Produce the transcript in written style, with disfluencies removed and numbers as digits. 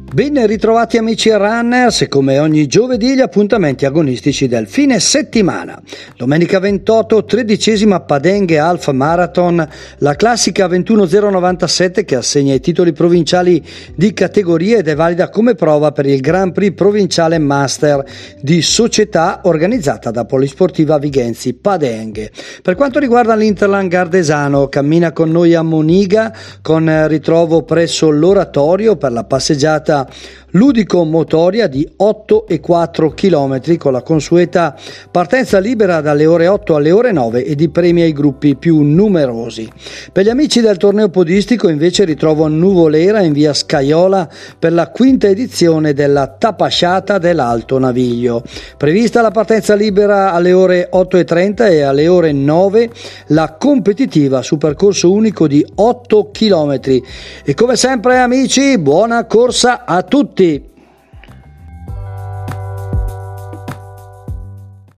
Ben ritrovati amici runners, e come ogni giovedì gli appuntamenti agonistici del fine settimana. Domenica 28, 13ª Padenghe Half Marathon, la classica 21097 che assegna i titoli provinciali di categoria ed è valida come prova per il Grand Prix provinciale Master di società organizzata da Polisportiva Vigenzi Padenghe. Per quanto riguarda l'Interland Gardesano, cammina con noi a Moniga con ritrovo presso l'oratorio per la passeggiata ludico-motoria di 8,4 km con la consueta partenza libera dalle ore 8 alle ore 9 e di premi ai gruppi più numerosi. Per gli amici del torneo podistico invece ritrovo a Nuvolera in via Scaiola per la quinta edizione della Tapasciata dell'Alto Naviglio. Prevista la partenza libera alle ore 8:30 e alle ore 9 la competitiva su percorso unico di 8 km. E come sempre amici, buona corsa a tutti!